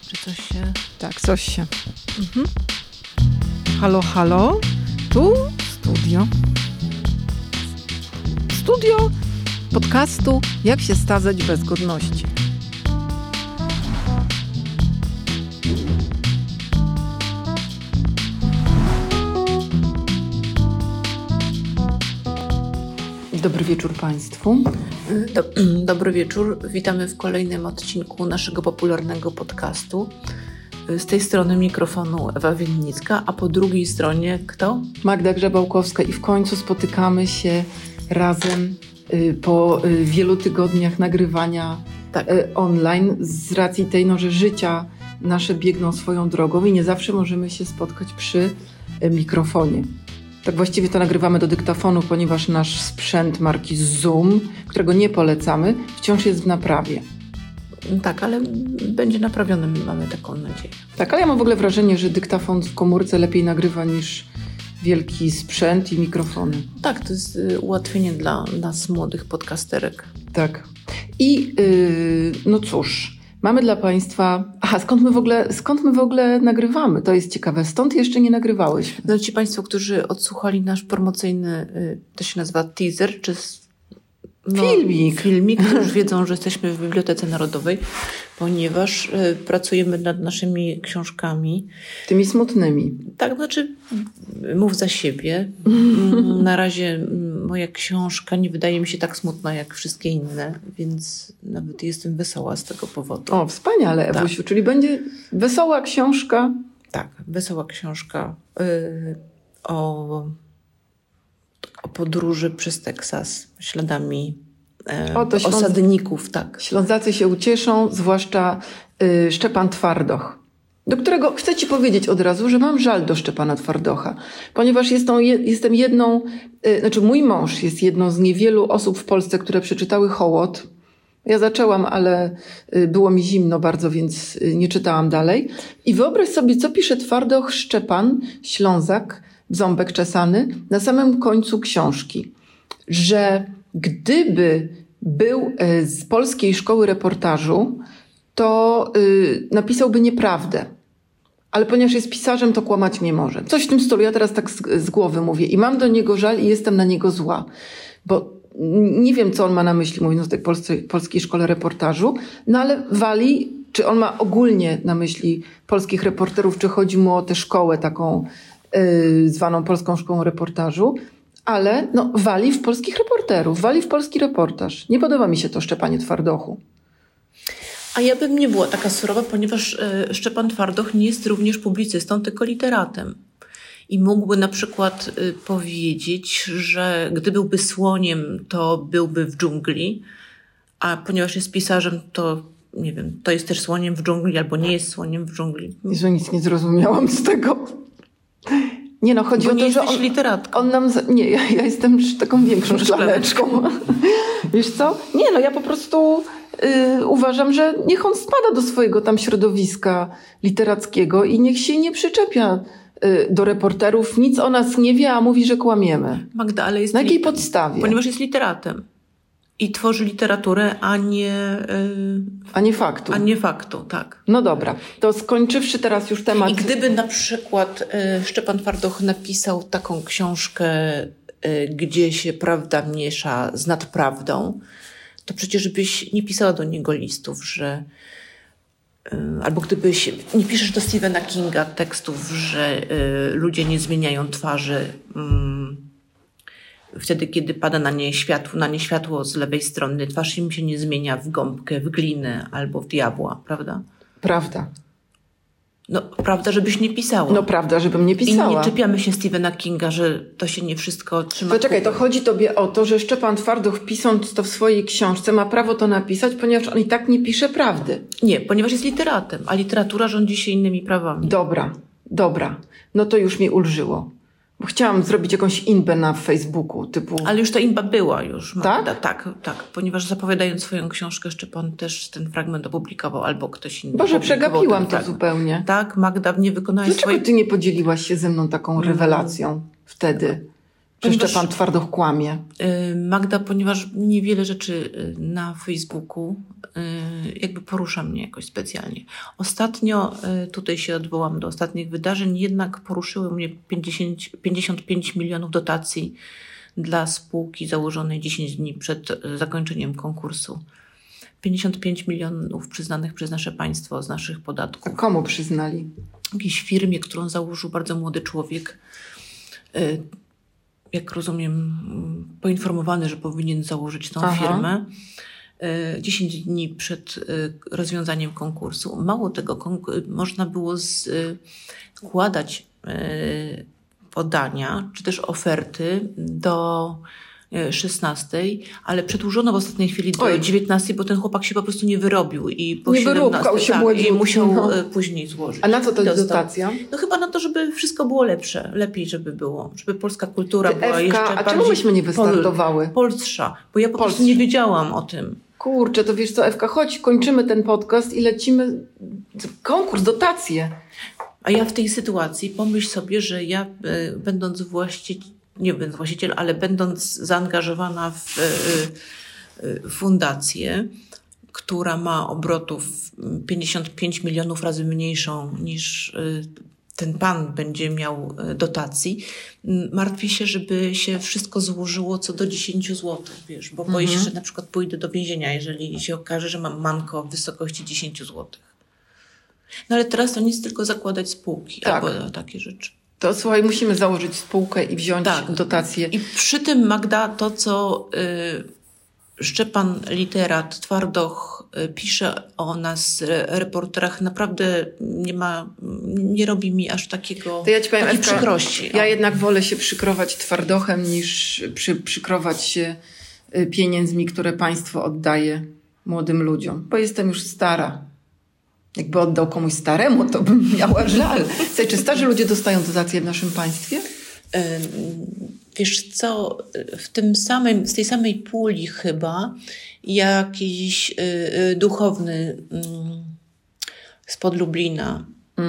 Czy coś się... Tak, coś się. Halo, halo. Tu studio. Studio podcastu Jak się stazać bez godności. Dobry wieczór Państwu. Dobry wieczór. Witamy w kolejnym odcinku naszego popularnego podcastu. Z tej strony mikrofonu Ewa Winnicka, a po drugiej stronie kto? Magda Grzebałkowska i w końcu spotykamy się razem po wielu tygodniach nagrywania online z racji tej, że życia nasze biegną swoją drogą i nie zawsze możemy się spotkać przy mikrofonie. Tak właściwie to nagrywamy do dyktafonu, ponieważ nasz sprzęt marki Zoom, którego nie polecamy, wciąż jest w naprawie. Tak, ale będzie naprawiony, mamy taką nadzieję. Tak, ale ja mam w ogóle wrażenie, że dyktafon w komórce lepiej nagrywa niż wielki sprzęt i mikrofony. Tak, to jest ułatwienie dla nas, młodych podcasterek. Tak. I no cóż, mamy dla Państwa... Aha, skąd my w ogóle nagrywamy? To jest ciekawe. Stąd jeszcze nie nagrywałeś. No ci Państwo, którzy odsłuchali nasz promocyjny, to się nazywa teaser, czy filmik, to już wiedzą, że jesteśmy w Bibliotece Narodowej, ponieważ pracujemy nad naszymi książkami. Tymi smutnymi. Tak, znaczy mów za siebie. Na razie moja książka nie wydaje mi się tak smutna jak wszystkie inne, więc nawet jestem wesoła z tego powodu. O, wspaniale, Ewusiu. Tak. Czyli będzie wesoła książka. Tak, wesoła książka o podróży przez Teksas śladami osadników. Tak. Ślązacy się ucieszą, zwłaszcza Szczepan Twardoch, do którego chcę Ci powiedzieć od razu, że mam żal do Szczepana Twardocha, ponieważ jestem jedną, mój mąż jest jedną z niewielu osób w Polsce, które przeczytały Hołot. Ja zaczęłam, ale było mi zimno bardzo, więc nie czytałam dalej. I wyobraź sobie, co pisze Twardoch Szczepan, Ślązak, ząbek czesany, na samym końcu książki, że gdyby był z polskiej szkoły reportażu, to napisałby nieprawdę. Ale ponieważ jest pisarzem, to kłamać nie może. Coś w tym stylu, ja teraz tak z głowy mówię i mam do niego żal i jestem na niego zła, bo nie wiem, co on ma na myśli, mówiąc o tej polskiej szkole reportażu, no ale wali, czy on ma ogólnie na myśli polskich reporterów, czy chodzi mu o tę szkołę taką zwaną Polską Szkołą Reportażu, ale wali w polskich reporterów, wali w polski reportaż. Nie podoba mi się to, Szczepanie Twardochu. A ja bym nie była taka surowa, ponieważ Szczepan Twardoch nie jest również publicystą, tylko literatem. I mógłby na przykład powiedzieć, że gdy byłby słoniem, to byłby w dżungli, a ponieważ jest pisarzem, to nie wiem, to jest też słoniem w dżungli, albo nie jest słoniem w dżungli. Że nic nie zrozumiałam z tego. Nie chodzi o to, że on nam... Nie, ja jestem taką większą szklaneczką. Wiesz co? Nie, ja po prostu uważam, że niech on spada do swojego tam środowiska literackiego i niech się nie przyczepia do reporterów. Nic o nas nie wie, a mówi, że kłamiemy. Magda, ale jest... Na jakiej podstawie? Ponieważ jest literatem. I tworzy literaturę, a nie faktu. A nie faktu, tak. No dobra, to skończywszy teraz już temat... I gdyby na przykład Szczepan Twardoch napisał taką książkę, gdzie się prawda miesza z nadprawdą, to przecież byś nie pisała do niego listów, że... Albo gdybyś... Nie piszesz do Stephena Kinga tekstów, że ludzie nie zmieniają twarzy... Wtedy, kiedy pada na nie światło z lewej strony, twarz im się nie zmienia w gąbkę, w glinę albo w diabła, prawda? Prawda. Prawda, żebyś nie pisała. Prawda, żebym nie pisała. I nie czepiamy się Stephena Kinga, że to się nie wszystko trzyma. Poczekaj, to chodzi tobie o to, że Szczepan Twardoch, pisząc to w swojej książce, ma prawo to napisać, ponieważ on i tak nie pisze prawdy. Nie, ponieważ jest literatem, a literatura rządzi się innymi prawami. Dobra. No to już mi ulżyło. Bo chciałam zrobić jakąś inbę na Facebooku, typu... Ale już ta inba była już, Magda. Tak? Tak, ponieważ zapowiadając swoją książkę, Szczepan też ten fragment opublikował, albo ktoś inny. Boże, przegapiłam to zupełnie. Tak, Magda, nie wykonałaś Dlaczego ty nie podzieliłaś się ze mną taką rewelacją wtedy? Szczepan Twardoch kłamie? Magda, ponieważ niewiele rzeczy na Facebooku jakby porusza mnie jakoś specjalnie. Ostatnio, tutaj się odwołam do ostatnich wydarzeń, jednak poruszyły mnie 55 milionów dotacji dla spółki założonej 10 dni przed zakończeniem konkursu. 55 milionów przyznanych przez nasze państwo z naszych podatków. A komu przyznali? Jakiejś firmie, którą założył bardzo młody człowiek. Jak rozumiem, poinformowany, że powinien założyć tą firmę. 10 dni przed rozwiązaniem konkursu. Mało tego, można było składać podania, czy też oferty do 16, ale przedłużono w ostatniej chwili do 19, bo ten chłopak się po prostu nie wyrobił i po 17 i musiał później złożyć. A na co to jest dotacja? No chyba na to, żeby wszystko było lepsze, lepiej żeby było, żeby polska kultura była jeszcze bardziej... A czemu myśmy nie wystartowały? Polstsza, bo ja po prostu nie wiedziałam o tym. Kurczę, to wiesz co, Ewka, chodź, kończymy ten podcast i lecimy konkurs, dotacje. A ja w tej sytuacji pomyśl sobie, że ja będąc ale będąc zaangażowana w fundację, która ma obrotów 55 milionów razy mniejszą niż ten pan będzie miał dotacji, martwię się, żeby się wszystko złożyło co do 10 zł, wiesz, bo boję się, że na przykład pójdę do więzienia, jeżeli się okaże, że mam manko w wysokości 10 zł. No ale teraz to nic, tylko zakładać spółki albo takie rzeczy. To słuchaj, musimy założyć spółkę i wziąć dotację. I przy tym, Magda, to co Szczepan Literat Twardoch pisze o nas, reporterach, naprawdę nie robi mi aż takiej przykrości. Ja jednak wolę się przykrować Twardochem niż przykrować się pieniędzmi, które państwo oddaje młodym ludziom, bo jestem już stara. Jakby oddał komuś staremu, to bym miała żal. Czy starzy ludzie dostają dotacje w naszym państwie? Wiesz co, z tej samej puli chyba jakiś duchowny spod Lublina,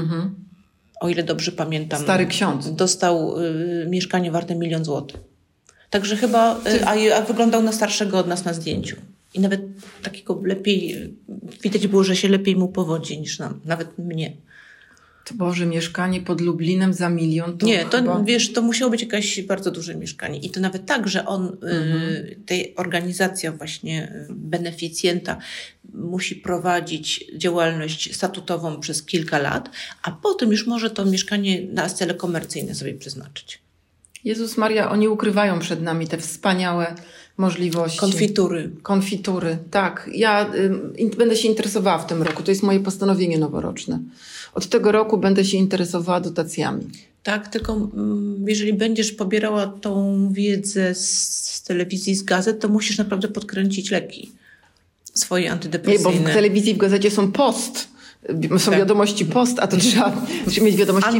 o ile dobrze pamiętam. Stary ksiądz. Dostał mieszkanie warte 1 000 000 złotych. Także chyba, a wyglądał na starszego od nas na zdjęciu. I nawet takiego lepiej, widać było, że się lepiej mu powodzi niż nam, nawet mnie. To Boże, mieszkanie pod Lublinem za 1 000 000 to nie, to chyba... wiesz, to musiało być jakieś bardzo duże mieszkanie. I to nawet tak, że on, tej organizacja właśnie beneficjenta musi prowadzić działalność statutową przez kilka lat, a potem już może to mieszkanie na cele komercyjne sobie przeznaczyć. Jezus Maria, oni ukrywają przed nami te wspaniałe możliwości. Konfitury, tak. Ja będę się interesowała w tym roku. To jest moje postanowienie noworoczne. Od tego roku będę się interesowała dotacjami. Tak, tylko jeżeli będziesz pobierała tą wiedzę z telewizji, z gazet, to musisz naprawdę podkręcić leki swoje antydepresyjne. Nie, bo w telewizji, w gazecie są są wiadomości post, a to trzeba mieć wiadomości...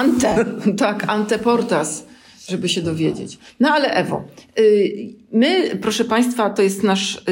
Anteportas, żeby się dowiedzieć. No ale Ewo, my, proszę Państwa, to jest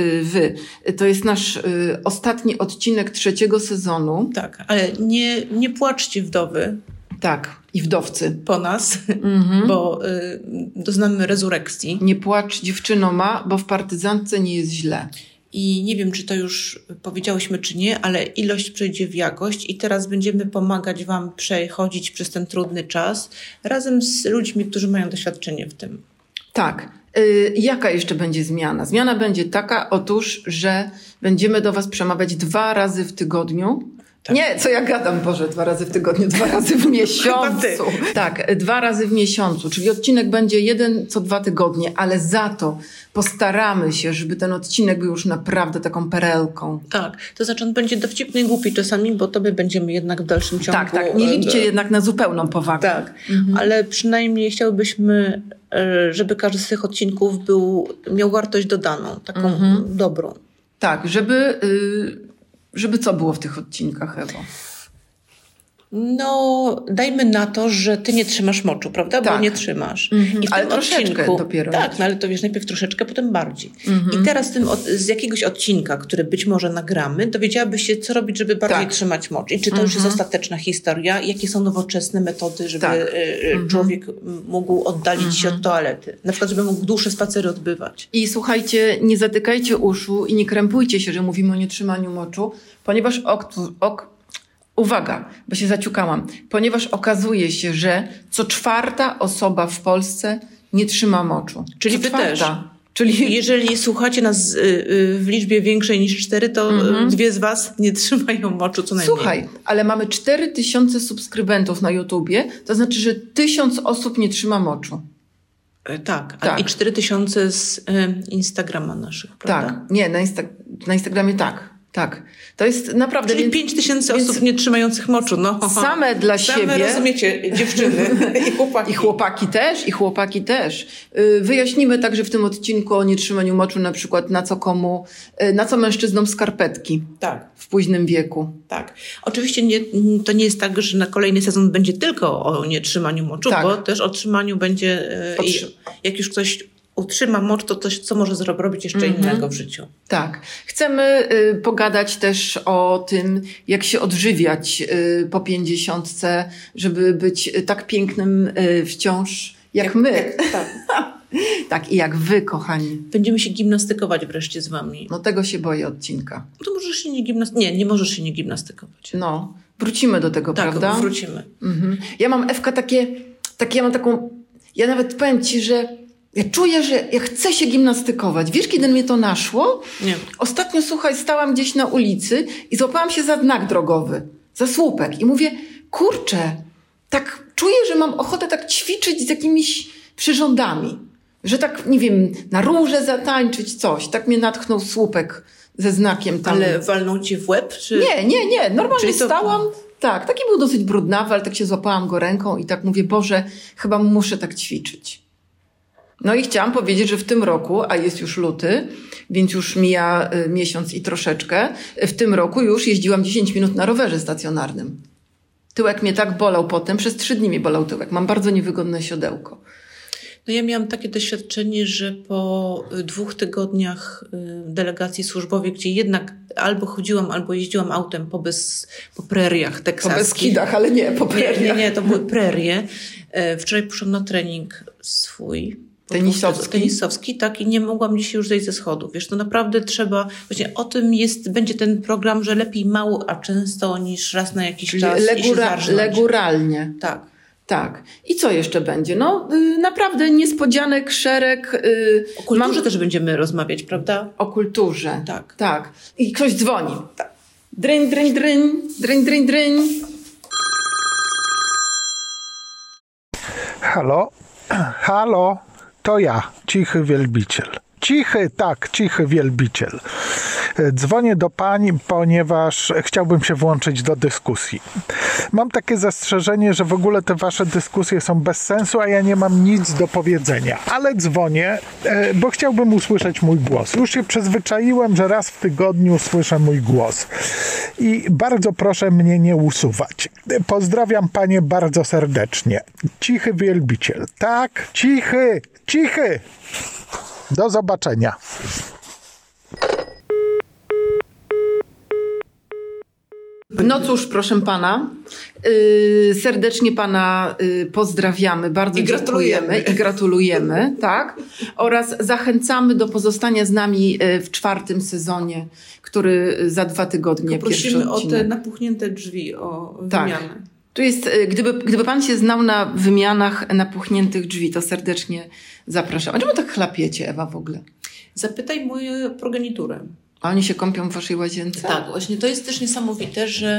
nasz ostatni odcinek 3. sezonu. Tak, ale nie płaczcie wdowy. Tak, i wdowcy. Po nas, bo doznamy rezurekcji. Nie płacz, dziewczyno ma, bo w partyzantce nie jest źle. I nie wiem, czy to już powiedziałyśmy, czy nie, ale ilość przejdzie w jakość i teraz będziemy pomagać Wam przechodzić przez ten trudny czas razem z ludźmi, którzy mają doświadczenie w tym. Tak. Jaka jeszcze będzie zmiana? Zmiana będzie taka, otóż, że będziemy do Was przemawiać 2 razy w tygodniu. Tak. Nie, co ja gadam, Boże, 2 razy w tygodniu, 2 razy w miesiącu. Tak, 2 razy w miesiącu, czyli odcinek będzie 1 co 2 tygodnie, ale za to postaramy się, żeby ten odcinek był już naprawdę taką perełką. Tak, to znaczy on będzie dowcipny i głupi czasami, bo to my będziemy jednak w dalszym ciągu... Tak, nie liczcie jednak na zupełną powagę. Tak, ale przynajmniej chciałbyśmy, żeby każdy z tych odcinków miał wartość dodaną, taką dobrą. Tak, żeby co było w tych odcinkach, Ewo? No, dajmy na to, że ty nie trzymasz moczu, prawda? Tak. Bo nie trzymasz. I w ale troszeczkę dopiero. Tak, no ale to wiesz, najpierw troszeczkę, potem bardziej. I teraz z jakiegoś odcinka, który być może nagramy, dowiedziałabyś się, co robić, żeby bardziej trzymać mocz. I czy to już jest ostateczna historia? Jakie są nowoczesne metody, żeby człowiek mógł oddalić się od toalety? Na przykład, żeby mógł dłuższe spacery odbywać. I słuchajcie, nie zatykajcie uszu i nie krępujcie się, że mówimy o nietrzymaniu moczu, ponieważ uwaga, bo się zaciukałam. Ponieważ okazuje się, że co 4. osoba w Polsce nie trzyma moczu. Czyli wy też. Czyli jeżeli słuchacie nas w liczbie większej niż 4, to 2 z was nie trzymają moczu co najmniej. Słuchaj, ale mamy 4000 subskrybentów na YouTubie, to znaczy, że 1000 osób nie trzyma moczu. Tak. I 4000 z Instagrama naszych, prawda? Tak, nie, na Instagramie tak. To jest naprawdę... Czyli 5000 osób nie trzymających moczu. No. Same dla siebie. Rozumiecie, dziewczyny i chłopaki. I chłopaki też. Wyjaśnimy także w tym odcinku o nietrzymaniu moczu na przykład na co mężczyznom skarpetki. Tak. W późnym wieku. Tak. Oczywiście to nie jest tak, że na kolejny sezon będzie tylko o nietrzymaniu moczu, bo też o trzymaniu będzie... jak już ktoś utrzyma mocz, to coś, co może robić jeszcze innego w życiu. Tak. Chcemy pogadać też o tym, jak się odżywiać po 50, żeby być tak pięknym wciąż jak my. Tak, i jak wy, kochani. Będziemy się gimnastykować wreszcie z wami. No tego się boję odcinka. To możesz się nie możesz się nie gimnastykować. No, wrócimy do tego, prawda? Tak, wrócimy. Ja mam, Ewka, ja nawet powiem ci, że ja czuję, że ja chcę się gimnastykować. Wiesz, kiedy mnie to naszło? Nie. Ostatnio, słuchaj, stałam gdzieś na ulicy i złapałam się za znak drogowy, za słupek i mówię, kurczę, tak czuję, że mam ochotę tak ćwiczyć z jakimiś przyrządami. Że tak, nie wiem, na róże zatańczyć coś. Tak mnie natchnął słupek ze znakiem tam. Ale walnął ci w łeb? Czy... Nie. Normalnie stałam. Tak, taki był dosyć brudnawy, ale tak się złapałam go ręką i tak mówię, Boże, chyba muszę tak ćwiczyć. No i chciałam powiedzieć, że w tym roku, a jest już luty, więc już mija miesiąc i troszeczkę, w tym roku już jeździłam 10 minut na rowerze stacjonarnym. Tyłek mnie tak bolał potem, przez 3 dni mnie bolał tyłek. Mam bardzo niewygodne siodełko. No ja miałam takie doświadczenie, że po 2 tygodniach delegacji służbowej, gdzie jednak albo chodziłam, albo jeździłam autem po preriach teksaskich. Po Beskidach, ale nie, po preriach. Nie, to były prerie. Wczoraj poszłam na trening swój. Tenisowski, tak, i nie mogłam dzisiaj już zejść ze schodów. Wiesz, to naprawdę trzeba, właśnie o tym będzie ten program, że lepiej mało, a często niż raz na jakiś czas i się zarżnąć. Leguralnie. Tak. I co jeszcze będzie? No, naprawdę niespodzianek, szereg. O kulturze też będziemy rozmawiać, prawda? O kulturze. Tak. I ktoś dzwoni. Tak. Dryń, dryń, dryń. Dryń, dryń, dryń. Halo, to ja, Cichy Wielbiciel. Cichy Wielbiciel. Dzwonię do pani, ponieważ chciałbym się włączyć do dyskusji. Mam takie zastrzeżenie, że w ogóle te wasze dyskusje są bez sensu, a ja nie mam nic do powiedzenia. Ale dzwonię, bo chciałbym usłyszeć mój głos. Już się przyzwyczaiłem, że raz w tygodniu słyszę mój głos. I bardzo proszę mnie nie usuwać. Pozdrawiam panie bardzo serdecznie. Cichy Wielbiciel. Tak, cichy. Do zobaczenia. No cóż, proszę pana, serdecznie pana pozdrawiamy, bardzo dziękujemy i gratulujemy, tak? Oraz zachęcamy do pozostania z nami w 4. sezonie, który za 2 tygodnie prosimy o te napuchnięte drzwi, o wymianę. Tu jest, gdyby pan się znał na wymianach napuchniętych drzwi, to serdecznie zapraszam. A czemu tak chlapiecie, Ewa, w ogóle? Zapytaj moją progeniturę. A oni się kąpią w waszej łazience? Tak, właśnie to jest też niesamowite, że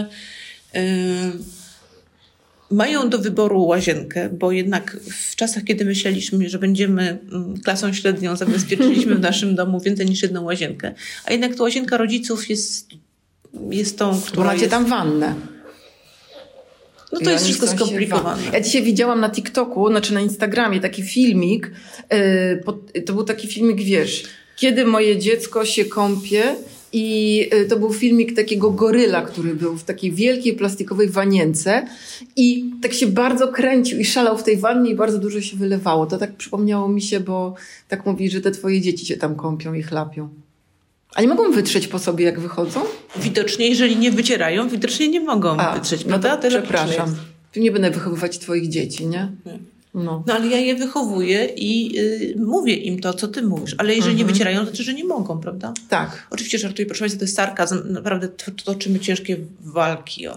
mają do wyboru łazienkę, bo jednak w czasach, kiedy myśleliśmy, że będziemy klasą średnią, zabezpieczyliśmy w naszym domu więcej niż 1 łazienkę. A jednak ta łazienka rodziców jest tą, która macie tam wannę. No to jest wszystko skomplikowane. Ja dzisiaj widziałam na TikToku, znaczy na Instagramie taki filmik, to był taki filmik, wiesz, kiedy moje dziecko się kąpie, I to był filmik takiego goryla, który był w takiej wielkiej plastikowej wanience i tak się bardzo kręcił i szalał w tej wannie i bardzo dużo się wylewało. To tak przypomniało mi się, bo tak mówi, że te twoje dzieci się tam kąpią i chlapią. A nie mogą wytrzeć po sobie, jak wychodzą? Widocznie, jeżeli nie wycierają, widocznie nie mogą wytrzeć. No to przepraszam. Nie będę wychowywać twoich dzieci, nie? No ale ja je wychowuję i mówię im to, co ty mówisz. Ale jeżeli nie wycierają, to znaczy, że nie mogą, prawda? Tak. Oczywiście żartuję, proszę Państwa, to jest sarkazm. Naprawdę toczymy ciężkie walki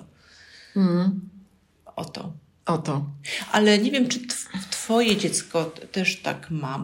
o to. O to. Ale nie wiem, czy twoje dziecko też tak ma,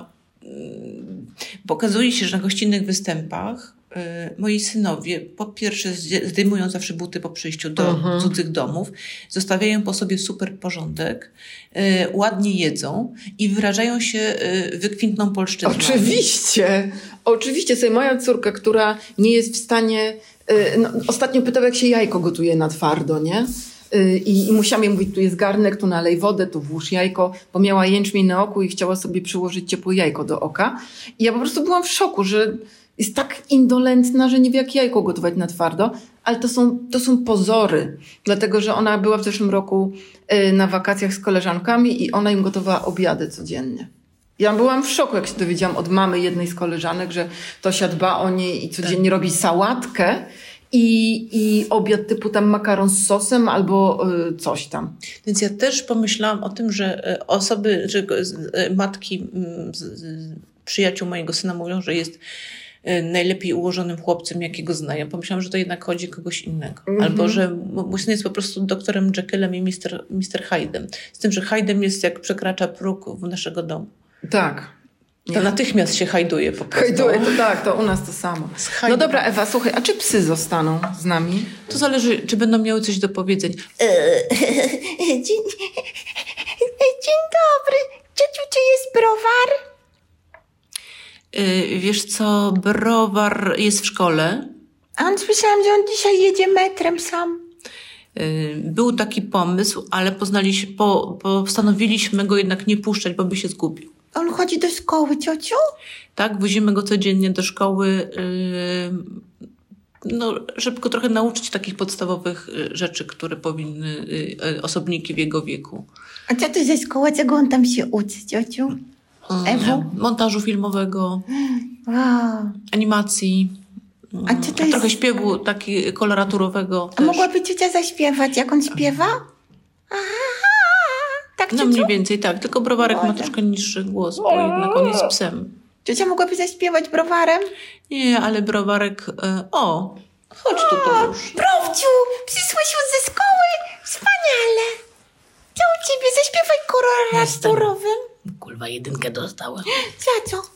bo okazuje się, że na gościnnych występach moi synowie po pierwsze zdejmują zawsze buty po przyjściu do cudzych domów, zostawiają po sobie super porządek, ładnie jedzą i wyrażają się wykwintną polszczyzną. Oczywiście. Sobie moja córka, która nie jest w stanie... ostatnio pytała, jak się jajko gotuje na twardo, nie? I musiałam jej mówić, tu jest garnek, tu nalej wodę, tu włóż jajko, bo miała jęczmień na oku i chciała sobie przyłożyć ciepłe jajko do oka. I ja po prostu byłam w szoku, że jest tak indolentna, że nie wie, jak jajko gotować na twardo, ale to są pozory. Dlatego, że ona była w zeszłym roku na wakacjach z koleżankami i ona im gotowała obiady codziennie. Ja byłam w szoku, jak się dowiedziałam od mamy jednej z koleżanek, że Tosia dba o niej i codziennie robi sałatkę i obiad typu tam makaron z sosem albo coś tam. Więc ja też pomyślałam o tym, że matki przyjaciół mojego syna mówią, że jest najlepiej ułożonym chłopcem, jakiego znają. Pomyślałam, że to jednak chodzi o kogoś innego. Albo, że mój syn jest po prostu doktorem Jekyllem i Mr. Hyde'em. Z tym, że Hyde'em jest, jak przekracza próg w naszego domu. Tak. To natychmiast się hajduje po prostu. Hajduje, to tak, to u nas to samo. No dobra, Ewa, słuchaj, a czy psy zostaną z nami? To zależy, czy będą miały coś do powiedzenia. Dzień dobry. Ciociu, czy jest browar? Wiesz co, browar jest w szkole. A słyszałam, że on dzisiaj jedzie metrem sam. Był taki pomysł, ale postanowiliśmy go jednak nie puszczać, bo by się zgubił. On chodzi do szkoły, ciociu? Tak, wozimy go codziennie do szkoły, żeby go trochę nauczyć takich podstawowych rzeczy, które powinny osobniki w jego wieku. A co to za szkoła? Czego on tam się uczy, ciociu? Ewo? Montażu filmowego, Wow. animacji, A co to jest? trochę śpiewu taki koloraturowego. A mogłaby ciocia zaśpiewać, jak on śpiewa? Tak, ciociu? Mniej więcej tak, tylko browarek ma troszkę niższy głos, bo jednak on jest psem. Ciocia mogłaby zaśpiewać browarem? Nie, ale browarek... chodź tu, to już. Browciu, przyszłeś już ze szkoły? Wspaniale. Co u ciebie? Zaśpiewaj koloraturowym. Kurwa, 1 dostałem. Za co?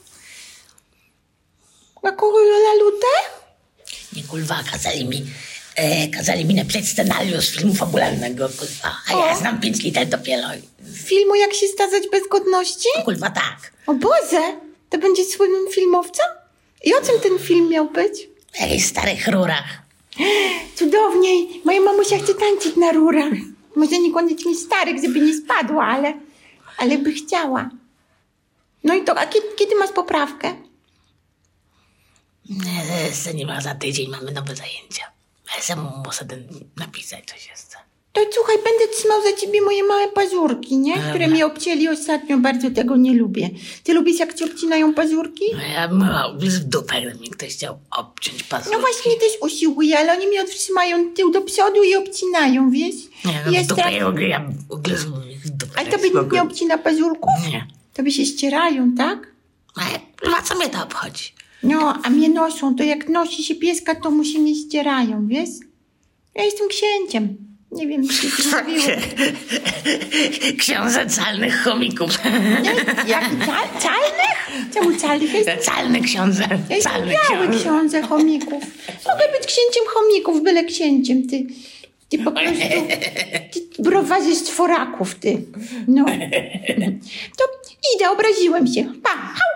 Na kololalutę? Nie, kurwa, kazali mi napisać scenariusz filmu fabularnego, kurwa. A ja znam 5 liter dopiero. Filmu Jak się stazać bez godności? No, kurwa, tak. O Boże, to będzie słynnym filmowcem? I o czym ten film miał być? W jakichś starych rurach. Cudownie. Moja mamusia chce tańczyć na rurach. Może niekoniecznie starych, żeby nie spadła, ale by chciała. No i to, a kiedy masz poprawkę? Nie ma, za tydzień mamy nowe zajęcia. Ale sam muszę napisać coś jeszcze. To słuchaj, będę trzymał za ciebie moje małe pazurki, nie? Które mnie obcięli ostatnio, bardzo tego nie lubię. Ty lubisz, jak ci obcinają pazurki? No ja mam w dupę, gdyby mi ktoś chciał obciąć pazurki. No właśnie też usiłuję, ale oni mnie trzymają tył do przodu i obcinają, wiesz? Nie, no w dupę ja ugryzłem w dupę. Ale tobie nikt nie obcina pazurków? Nie. Tobie się ścierają, tak? A co mnie to obchodzi? No, a mnie noszą, to jak nosi się pieska, to mu się nie ścierają, wiesz? Ja jestem księciem. Nie wiem, czy ci mówiło. Książę calnych chomików. Jaki calnych? Czemu calnych jest? Calny książę. Ja jestem biały książę chomików. Mogę być księciem chomików, byle księciem, ty. Ty po prostu... Ty browarzysz czworaków, ty. No. To idę, obraziłem się. Pa, hał!